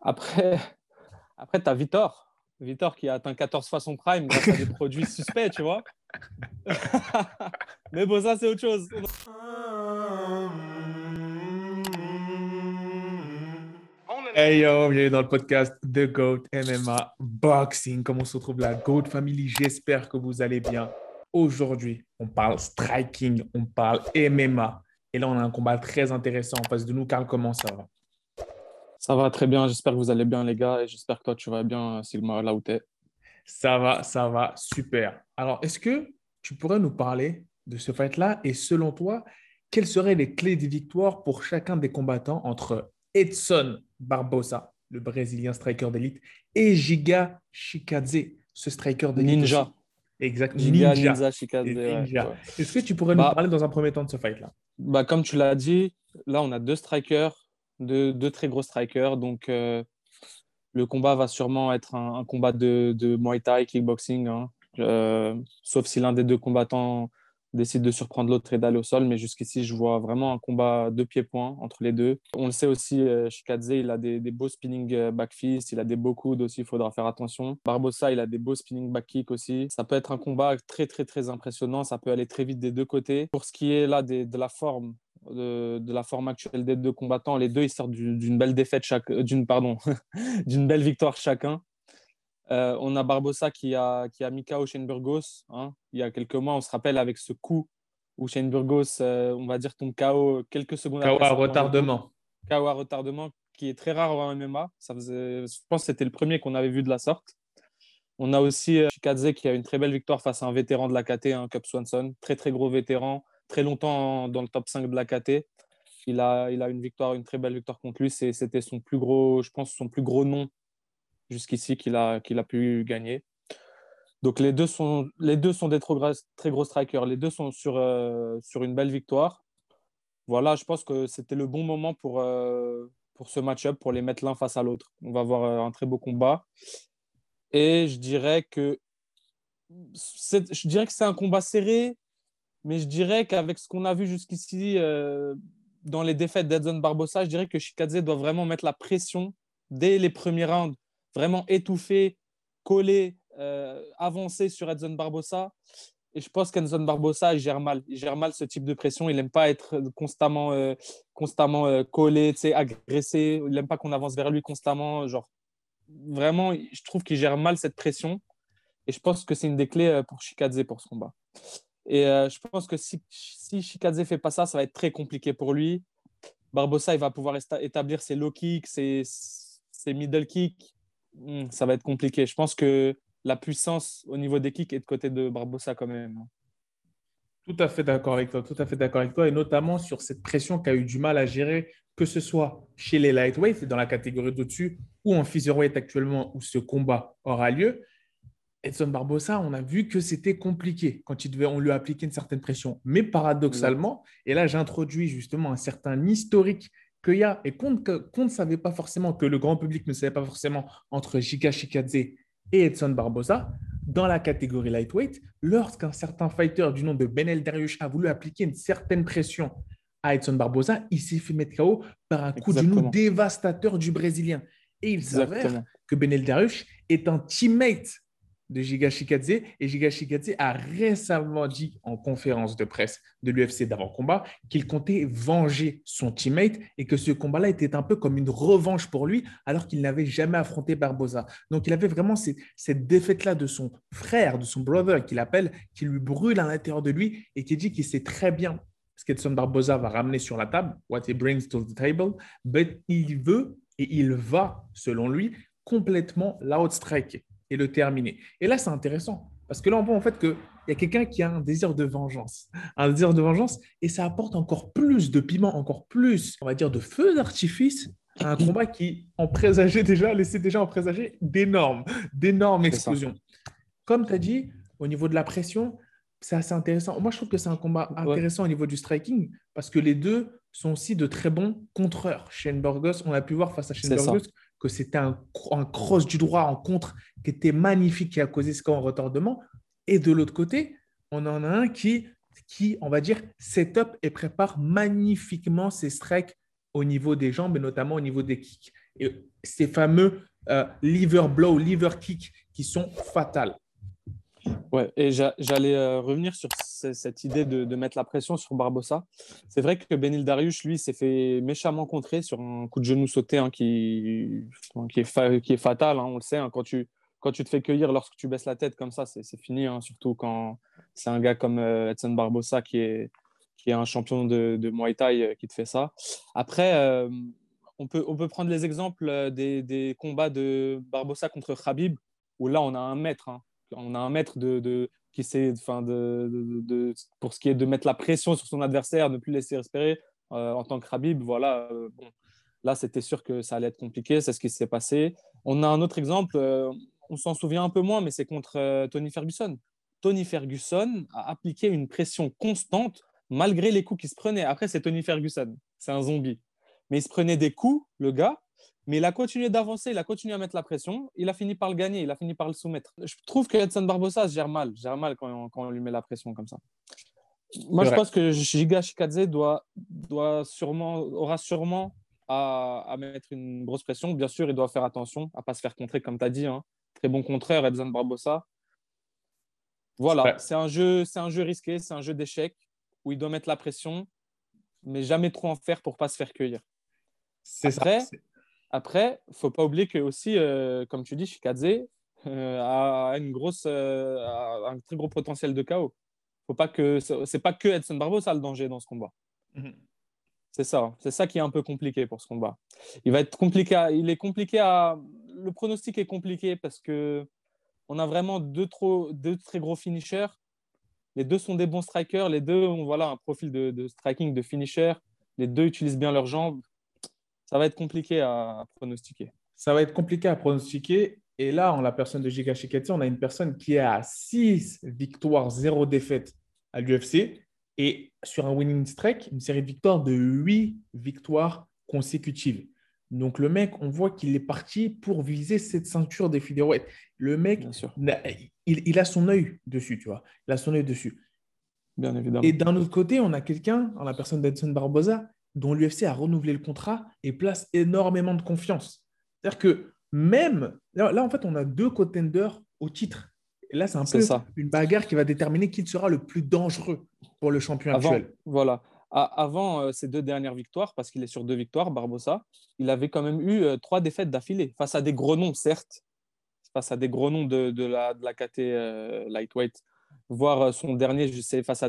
Après, après tu as Vitor. Vitor qui a atteint 14 fois son prime grâce à des produits suspects, tu vois. Mais bon, ça, c'est autre chose. Hey yo, bienvenue dans le podcast The GOAT MMA Boxing. Comment se retrouve la GOAT Family? J'espère que vous allez bien. Aujourd'hui, on parle striking, on parle MMA. Et là, on a un combat très intéressant en face de nous. Karl, comment ça va? Ça va très bien. J'espère que vous allez bien, les gars. Et j'espère que toi, tu vas bien, Sigma, là où tu es. Ça va, super. Alors, est-ce que tu pourrais nous parler de ce fight-là? Et selon toi, quelles seraient les clés de victoire pour chacun des combattants entre Edson Barbosa, le Brésilien striker d'élite, et Giga Chikadze, ce striker d'élite Ninja. aussi? Exact, Giga, Ninja. Ninja, Shikadze. Et Ouais, Ninja. ouais. Est-ce que tu pourrais nous Bah, parler dans un premier temps de ce fight-là? comme tu l'as dit, là, on a deux strikers, deux très gros strikers. Donc, le combat va sûrement être un combat de Muay Thai, kickboxing, hein. Sauf si l'un des deux combattants décide de surprendre l'autre et d'aller au sol. Mais jusqu'ici, je vois vraiment un combat de pieds-points entre les deux. On le sait aussi, Shikadze, il a des beaux spinning back fist, il a des beaux coudes aussi, il faudra faire attention. Barbosa, il a des beaux spinning back kick aussi. Ça peut être un combat très, très, très impressionnant. Ça peut aller très vite des deux côtés. Pour ce qui est là de la forme, de la forme actuelle des deux combattants, les deux, ils sortent d'une belle défaite pardon, d'une belle victoire chacun. On a Barbosa qui a mis KO Shane Burgos, hein, il y a quelques mois. On se rappelle avec ce coup où Shane Burgos, on va dire, tombe KO quelques secondes après Kawa sa revanche de titre. retardement. KO à retardement, qui est très rare en MMA. Je pense que c'était le premier qu'on avait vu de la sorte. On a aussi Chikadze qui a une très belle victoire face à un vétéran de la KT, hein, Cub Swanson. Très, très gros vétéran, très longtemps dans le top 5 de la KT. Il a une très belle victoire contre lui. C'était son plus gros, je pense, son plus gros nom jusqu'ici qu'il a pu gagner. Donc les deux sont des très gros strikers. Les deux sont sur une belle victoire. Voilà, je pense que c'était le bon moment pour ce match-up, pour les mettre l'un face à l'autre. On va avoir un très beau combat. Et je dirais que c'est un combat serré, mais je dirais qu'avec ce qu'on a vu jusqu'ici dans les défaites d'Edson Barbosa, je dirais que Chikadze doit vraiment mettre la pression dès les premiers rounds, vraiment étouffer, coller, avancer sur Edson Barbosa. Et je pense qu'Edson Barbosa, il gère mal. Il gère mal ce type de pression. Il n'aime pas être constamment collé, agressé. Il n'aime pas qu'on avance vers lui constamment. Genre, vraiment, je trouve qu'il gère mal cette pression. Et je pense que c'est une des clés pour Chikadze pour ce combat. Et je pense que si Chikadze ne fait pas ça, ça va être très compliqué pour lui. Barbosa, il va pouvoir établir ses low kicks, ses middle kicks. Ça va être compliqué. Je pense que la puissance au niveau des kicks est de côté de Barbosa quand même. Tout à fait d'accord avec toi, tout à fait d'accord avec toi, et notamment sur cette pression qu'a eu du mal à gérer, que ce soit chez les lightweights, dans la catégorie d'au-dessus, ou en featherweight actuellement, où ce combat aura lieu. Edson Barbosa, on a vu que c'était compliqué quand on lui a appliqué une certaine pression. Mais Exact. paradoxalement, et là j'introduis justement un certain historique qu'il y a, et qu'on ne savait pas forcément, que le grand public ne savait pas forcément entre Giga Chikadze et Edson Barbosa, dans la catégorie lightweight, lorsqu'un certain fighter du nom de Benel Dariush a voulu appliquer une certaine pression à Edson Barbosa, il s'est fait mettre KO par un coup de genou Exactement. dévastateur du Brésilien. Et il s'avère Exactement. que Benel Dariush est un teammate de Giga Chikadze, et Giga Chikadze a récemment dit en conférence de presse de l'UFC d'avant-combat qu'il comptait venger son teammate et que ce combat-là était un peu comme une revanche pour lui alors qu'il n'avait jamais affronté Barbosa. Donc il avait vraiment cette défaite-là de son frère, de son brother qu'il appelle, qui lui brûle à l'intérieur de lui et qui dit qu'il sait très bien ce qu'Edson Barbosa va ramener sur la table, what he brings to the table, mais il veut et il va, selon lui, complètement l'outstriker et le terminer. Et là, c'est intéressant parce que là, on voit en fait qu'il y a quelqu'un qui a un désir de vengeance, et ça apporte encore plus de piment, encore plus, on va dire, de feu d'artifice à un combat qui laissait déjà en présager d'énormes C'est ça. explosions. Comme tu as dit, au niveau de la pression, c'est assez intéressant. Moi, je trouve que c'est un combat Ouais, intéressant au niveau du striking parce que les deux sont aussi de très bons contreurs. Shane Burgos, on a pu voir face à Shane c'est Burgos ça. que c'était un cross du droit en contre qui était magnifique, qui a causé ce en retardement. Et de l'autre côté, on en a un qui, on va dire, set up et prépare magnifiquement ses strikes au niveau des jambes et notamment au niveau des kicks. Et ces fameux liver blow, liver kick qui sont fatales. Ouais, et j'allais revenir sur cette idée de mettre la pression sur Barbosa. C'est vrai que Benil Dariush, lui, s'est fait méchamment contrer sur un coup de genou sauté hein, qui est fatal, hein, on le sait. Hein, quand tu te fais cueillir lorsque tu baisses la tête comme ça, c'est fini. Hein, surtout quand c'est un gars comme Edson Barbosa qui est un champion de Muay Thai qui te fait ça. Après, on peut prendre les exemples des combats de Barbosa contre Khabib, où là, on a un maître qui sait, enfin, pour ce qui est de mettre la pression sur son adversaire, ne plus laisser respirer en tant que Khabib. Voilà, bon, là, c'était sûr que ça allait être compliqué. C'est ce qui s'est passé. On a un autre exemple, on s'en souvient un peu moins, mais c'est contre Tony Ferguson. Tony Ferguson a appliqué une pression constante malgré les coups qu'il se prenait. Après, c'est Tony Ferguson, c'est un zombie. Mais il se prenait des coups, le gars, mais il a continué d'avancer, il a continué à mettre la pression, il a fini par le gagner, il a fini par le soumettre. Je trouve que Edson Barbosa se gère mal quand on lui met la pression comme ça. Moi, C'est je vrai. pense que Giga Chikadze aura sûrement à mettre une grosse pression. Bien sûr, il doit faire attention à ne pas se faire contrer, comme tu as dit. Hein. Très bon contreur, Edson Barbosa. C'est Voilà, vrai. c'est un jeu risqué, c'est un jeu d'échecs où il doit mettre la pression, mais jamais trop en faire pour ne pas se faire cueillir. C'est ça. Après, Après, faut pas oublier que aussi, comme tu dis, Shikadze a un très gros potentiel de KO. Faut pas que c'est pas que Edson Barbosa le danger dans ce combat. Mhm. C'est ça qui est un peu compliqué pour ce combat. Le pronostic est compliqué parce que on a vraiment deux très gros finishers. Les deux sont des bons strikers. Les deux ont voilà un profil de striking, de finisher. Les deux utilisent bien leurs jambes. Ça va être compliqué à pronostiquer. Ça va être compliqué à pronostiquer. Et là, en la personne de Giga Chikadze, on a une personne qui est à 6 victoires, 0 défaites à l'UFC et sur un winning streak, une série de victoires de 8 victoires consécutives. Donc, le mec, on voit qu'il est parti pour viser cette ceinture des featherweight. Le mec, Bien sûr, il a son œil dessus, tu vois. Il a son œil dessus. bien Et évidemment. d'un autre côté, on a quelqu'un, en la personne d'Edson Barboza, dont l'UFC a renouvelé le contrat et place énormément de confiance. C'est-à-dire que même, là, en fait, on a deux contenders au titre. Et là, c'est un C'est peu ça. une bagarre qui va déterminer qui sera le plus dangereux pour le champion Avant, actuel. voilà. Avant ces deux dernières victoires, parce qu'il est sur deux victoires, Barbosa, il avait quand même eu trois défaites d'affilée, face à des gros noms, certes, face à des gros noms de la KT lightweight. Voire son dernier, je sais, face à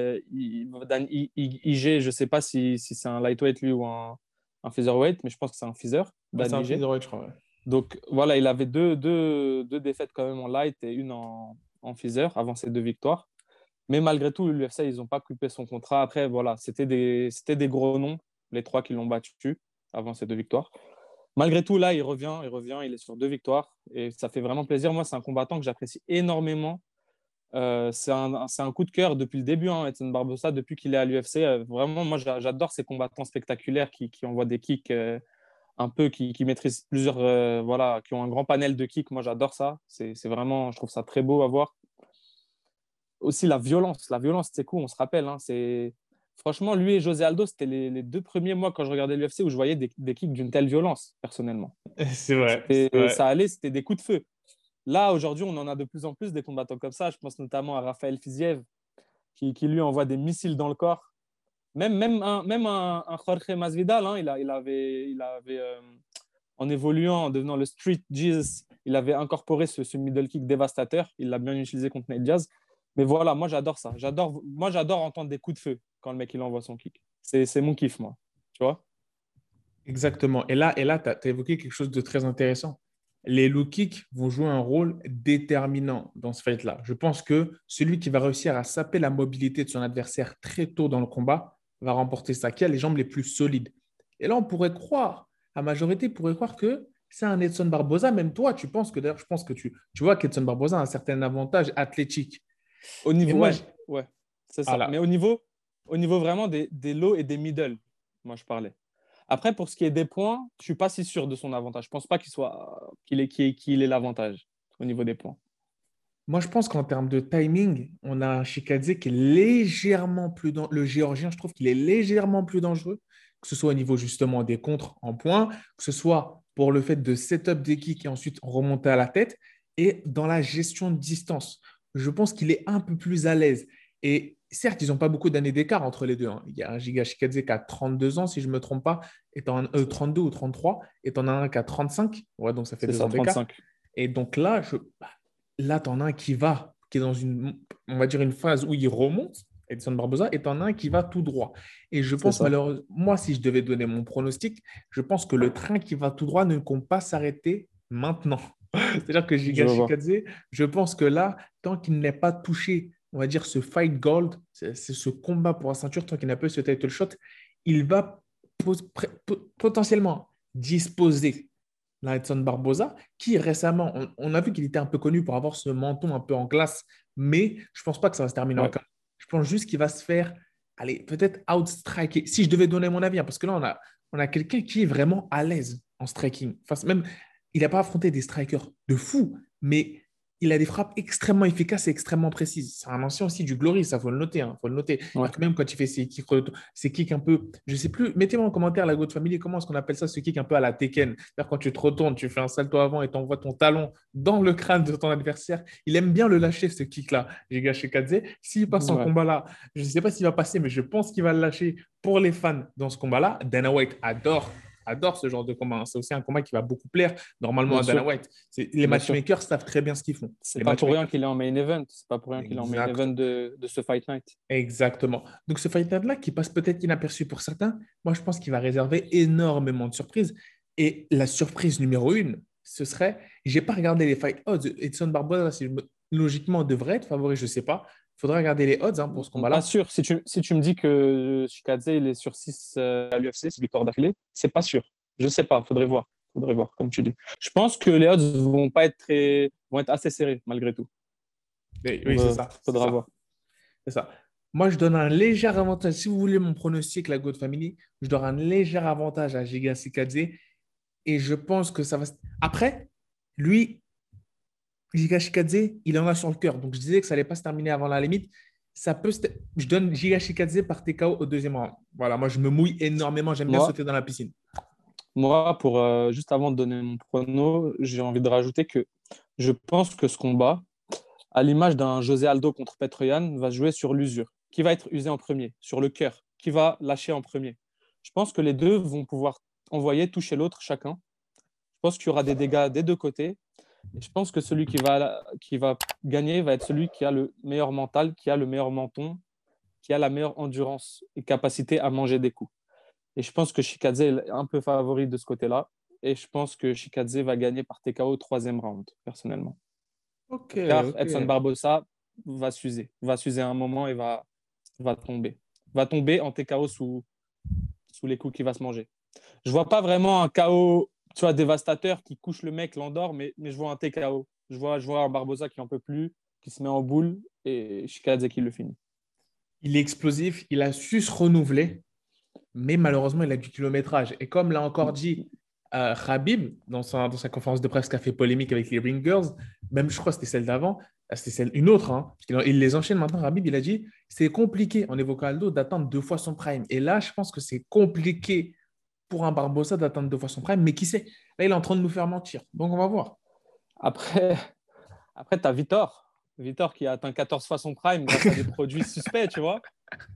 Dan IG, je ne sais pas si c'est un lightweight lui ou un featherweight, mais je pense que c'est un feather, Ouais, c'est Dan un IG. featherweight, je crois. Ouais. Donc voilà, il avait deux défaites quand même en light et une en feather avant ces deux victoires. Mais malgré tout, l'UFC, ils n'ont pas coupé son contrat. Après, voilà, c'était des gros noms, les trois qui l'ont battu avant ces deux victoires. Malgré tout, là, il revient, il est sur deux victoires et ça fait vraiment plaisir. Moi, c'est un combattant que j'apprécie énormément. C'est un coup de cœur depuis le début, hein, Edson Barbosa, depuis qu'il est à l'UFC. Vraiment, moi, j'adore ces combattants spectaculaires qui envoient des kicks un peu, qui maîtrisent plusieurs, voilà, qui ont un grand panel de kicks. Moi, j'adore ça. C'est vraiment, je trouve ça très beau à voir. Aussi la violence, c'est cool, on se rappelle. Hein, franchement, lui et José Aldo, c'était les deux premiers mois quand je regardais l'UFC où je voyais des kicks d'une telle violence, personnellement. C'est vrai, c'est Ça vrai. allait, c'était des coups de feu. Là, aujourd'hui, on en a de plus en plus des combattants comme ça. Je pense notamment à Raphaël Fiziev, qui lui envoie des missiles dans le corps. Même un Jorge Masvidal, hein, il avait en évoluant, en devenant le Street Jesus, il avait incorporé ce middle kick dévastateur. Il l'a bien utilisé contre Nate Diaz. Mais voilà, moi j'adore ça. Moi j'adore entendre des coups de feu quand le mec il envoie son kick. C'est mon kiff, moi. Tu vois? Exactement. Et là tu as évoqué quelque chose de très intéressant. Les low kicks vont jouer un rôle déterminant dans ce fight-là. Je pense que celui qui va réussir à saper la mobilité de son adversaire très tôt dans le combat va remporter ça, qui a les jambes les plus solides. Et là, on pourrait croire, la majorité pourrait croire que c'est un Edson Barboza. Même toi, tu penses que, d'ailleurs, je pense que tu vois qu'Edson Barboza a un certain avantage athlétique. Au Mais niveau, moi, ouais, ouais, c'est ça. Mais voilà. au niveau vraiment des low et des middle, moi je parlais. Après, pour ce qui est des points, je suis pas si sûr de son avantage. Je pense pas qu'il ait l'avantage au niveau des points. Moi, je pense qu'en termes de timing, on a un Shikadze qui est légèrement plus le Géorgien, je trouve qu'il est légèrement plus dangereux que ce soit au niveau justement des contres en points, que ce soit pour le fait de setup des kicks et ensuite remonter à la tête, et dans la gestion de distance. Je pense qu'il est un peu plus à l'aise. Et certes, ils n'ont pas beaucoup d'années d'écart entre les deux, hein. Il y a un Giga Chikadze qui a 32 ans, si je ne me trompe pas, 32 ou 33, et tu en as un qui a 35. Ouais, donc ça fait C'est 2 ça, ans d'écart. 35. Et donc là, tu en as un qui est dans on va dire une phase où il remonte, Edson Barboza, et tu en as un qui va tout droit. Et je C'est pense ça. malheureusement, moi, si je devais donner mon pronostic, je pense que le train qui va tout droit ne compte pas s'arrêter maintenant. C'est-à-dire que Je Giga vois. Chikadze, je pense que là, tant qu'il n'est pas touché, on va dire ce fight gold, c'est ce combat pour la ceinture, tant qu'il n'a pas eu ce title shot, il va potentiellement disposer Edson Barboza, qui récemment, on a vu qu'il était un peu connu pour avoir ce menton un peu en glace, mais je ne pense pas que ça va se terminer en Ouais. cas. Je pense juste qu'il va se faire, allez, peut-être outstriker. Si je devais donner mon avis, hein, parce que là, on a quelqu'un qui est vraiment à l'aise en striking. Enfin, même, il n'a pas affronté des strikers de fou, mais il a des frappes extrêmement efficaces et extrêmement précises. C'est un ancien aussi du Glory, ça, faut le noter. Faut le noter. Ouais. Que même quand il fait ses kicks un peu, je ne sais plus, mettez-moi en commentaire la Goat Family, comment est-ce qu'on appelle ça, ce kick un peu à la Tekken. C'est-à-dire quand tu te retournes, tu fais un salto avant et tu envoies ton talon dans le crâne de ton adversaire. Il aime bien le lâcher, ce kick-là, Giga Shikadze. S'il passe en Ouais. combat-là, je ne sais pas s'il va passer, mais je pense qu'il va le lâcher pour les fans dans ce combat-là. Dana White adore ce genre de combat. C'est aussi un combat qui va beaucoup plaire normalement Bien à Dana sûr. White. Les Bien sûr. matchmakers savent très bien ce qu'ils font. C'est Les pas pour rien matchmakers. qu'il est en main event. C'est pas pour rien qu'il est en main event Exact. de ce Fight Night. Exactement. Donc ce fight là qui passe peut-être inaperçu pour certains, moi je pense qu'il va réserver énormément de surprises. Et la surprise numéro une, ce serait, j'ai pas regardé les fight odds. Edson Barboza, logiquement, devrait être favori, je sais pas. Il faudra regarder les odds, hein, pour ce Pas combat-là. sûr. Si tu me dis que Shikadze il est sur 6 à l'UFC, c'est victoire d'affilée, c'est pas sûr. Je sais pas. Faudrait voir. Faudrait voir, comme tu dis. Je pense que les odds vont être assez serrés, malgré tout. Oui, c'est ça. C'est Faudra ça. voir. C'est ça. Moi, je donne un léger avantage. Si vous voulez mon pronostic, la Goat Family, je donne un léger avantage à Giga Sikadze. Et je pense que ça va. Après, lui, Giga Shikadze, il en a sur le cœur. Donc, je disais que ça n'allait pas se terminer avant la limite. Je donne Giga Shikadze par TKO au deuxième round. Voilà, moi, je me mouille énormément. J'aime bien Moi, sauter dans la piscine. moi pour, juste avant de donner mon prono, j'ai envie de rajouter que je pense que ce combat, à l'image d'un José Aldo contre Petr Yan, va se jouer sur l'usure. Qui va être usé en premier? Sur le cœur. Qui va lâcher en premier? Je pense que les deux vont pouvoir envoyer, toucher l'autre chacun. Je pense qu'il y aura des dégâts des deux côtés. Et je pense que celui qui va gagner va être celui qui a le meilleur mental, qui a le meilleur menton, qui a la meilleure endurance et capacité à manger des coups. Et je pense que Shikadze est un peu favori de ce côté-là. Et je pense que Shikadze va gagner par TKO au troisième round, personnellement. Ok, Car ok. Edson Barbosa va s'user à un moment et va tomber. Va tomber en TKO sous les coups qu'il va se manger. Je vois pas vraiment un KO, tu vois, dévastateur qui couche le mec, l'endort, mais je vois un TKO. Je vois un Barbosa qui en peut plus, qui se met en boule et Shikadze qui le finit. Il est explosif. Il a su se renouveler. Mais malheureusement, il a du kilométrage. Et comme l'a encore dit Khabib dans sa conférence de presse qui a fait polémique avec les Ring Girls, même je crois que c'était celle d'avant, c'était une autre, hein, parce qu'il les enchaîne maintenant. Khabib, il a dit c'est compliqué en évoquant Aldo d'attendre 2 fois son prime. Et là, je pense que c'est compliqué pour un Barbosa d'attendre 2 fois son prime, mais qui sait? Là, il est en train de nous faire mentir. Donc, on va voir. Après, après tu as Vitor. Vitor qui a atteint 14 fois son prime grâce à des produits suspects, tu vois.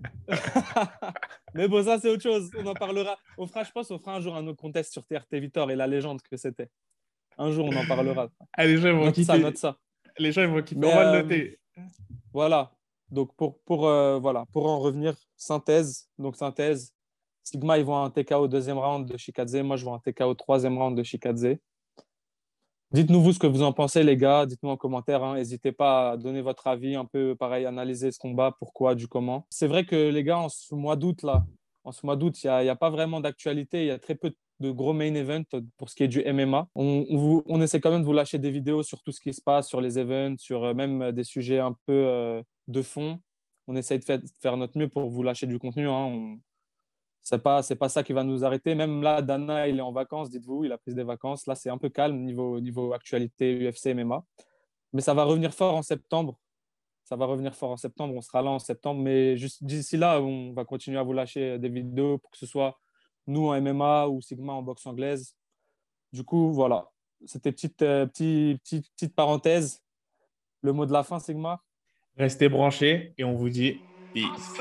Mais bon, ça, c'est autre chose. On en parlera. Je pense, on fera un jour un autre contest sur TRT Vitor et la légende que c'était. Un jour, on en parlera. Ah, les gens ils vont Note ça, kiffer. note ça. Les gens ils vont kiffer. Mais On va le noter. voilà. Donc, pour en revenir, synthèse. Donc, synthèse. Sigma, ils vont un TKO au deuxième round de Shikadze. Moi, je vois un TKO au troisième round de Shikadze. Dites-nous, vous, ce que vous en pensez, les gars. Dites-nous en commentaire. N'hésitez pas à donner votre avis. Un peu, pareil, analyser ce combat, pourquoi, du comment. C'est vrai que, les gars, en ce mois d'août, il n'y a pas vraiment d'actualité. Il y a très peu de gros main events pour ce qui est du MMA. On essaie quand même de vous lâcher des vidéos sur tout ce qui se passe, sur les events, sur même des sujets un peu de fond. On essaie de faire notre mieux pour vous lâcher du contenu. C'est pas ça qui va nous arrêter. Même là, Dana, il est en vacances, dites-vous, il a pris des vacances. Là, c'est un peu calme niveau actualité UFC, MMA. Mais ça va revenir fort en septembre. Ça va revenir fort en septembre. On sera là en septembre. Mais juste d'ici là, on va continuer à vous lâcher des vidéos pour que ce soit nous en MMA ou Sigma en boxe anglaise. Du coup, voilà. C'était petite parenthèse. Le mot de la fin, Sigma? Restez branchés et on vous dit peace.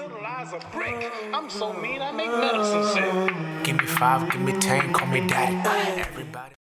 Give me 5, give me 10, call me daddy. Everybody.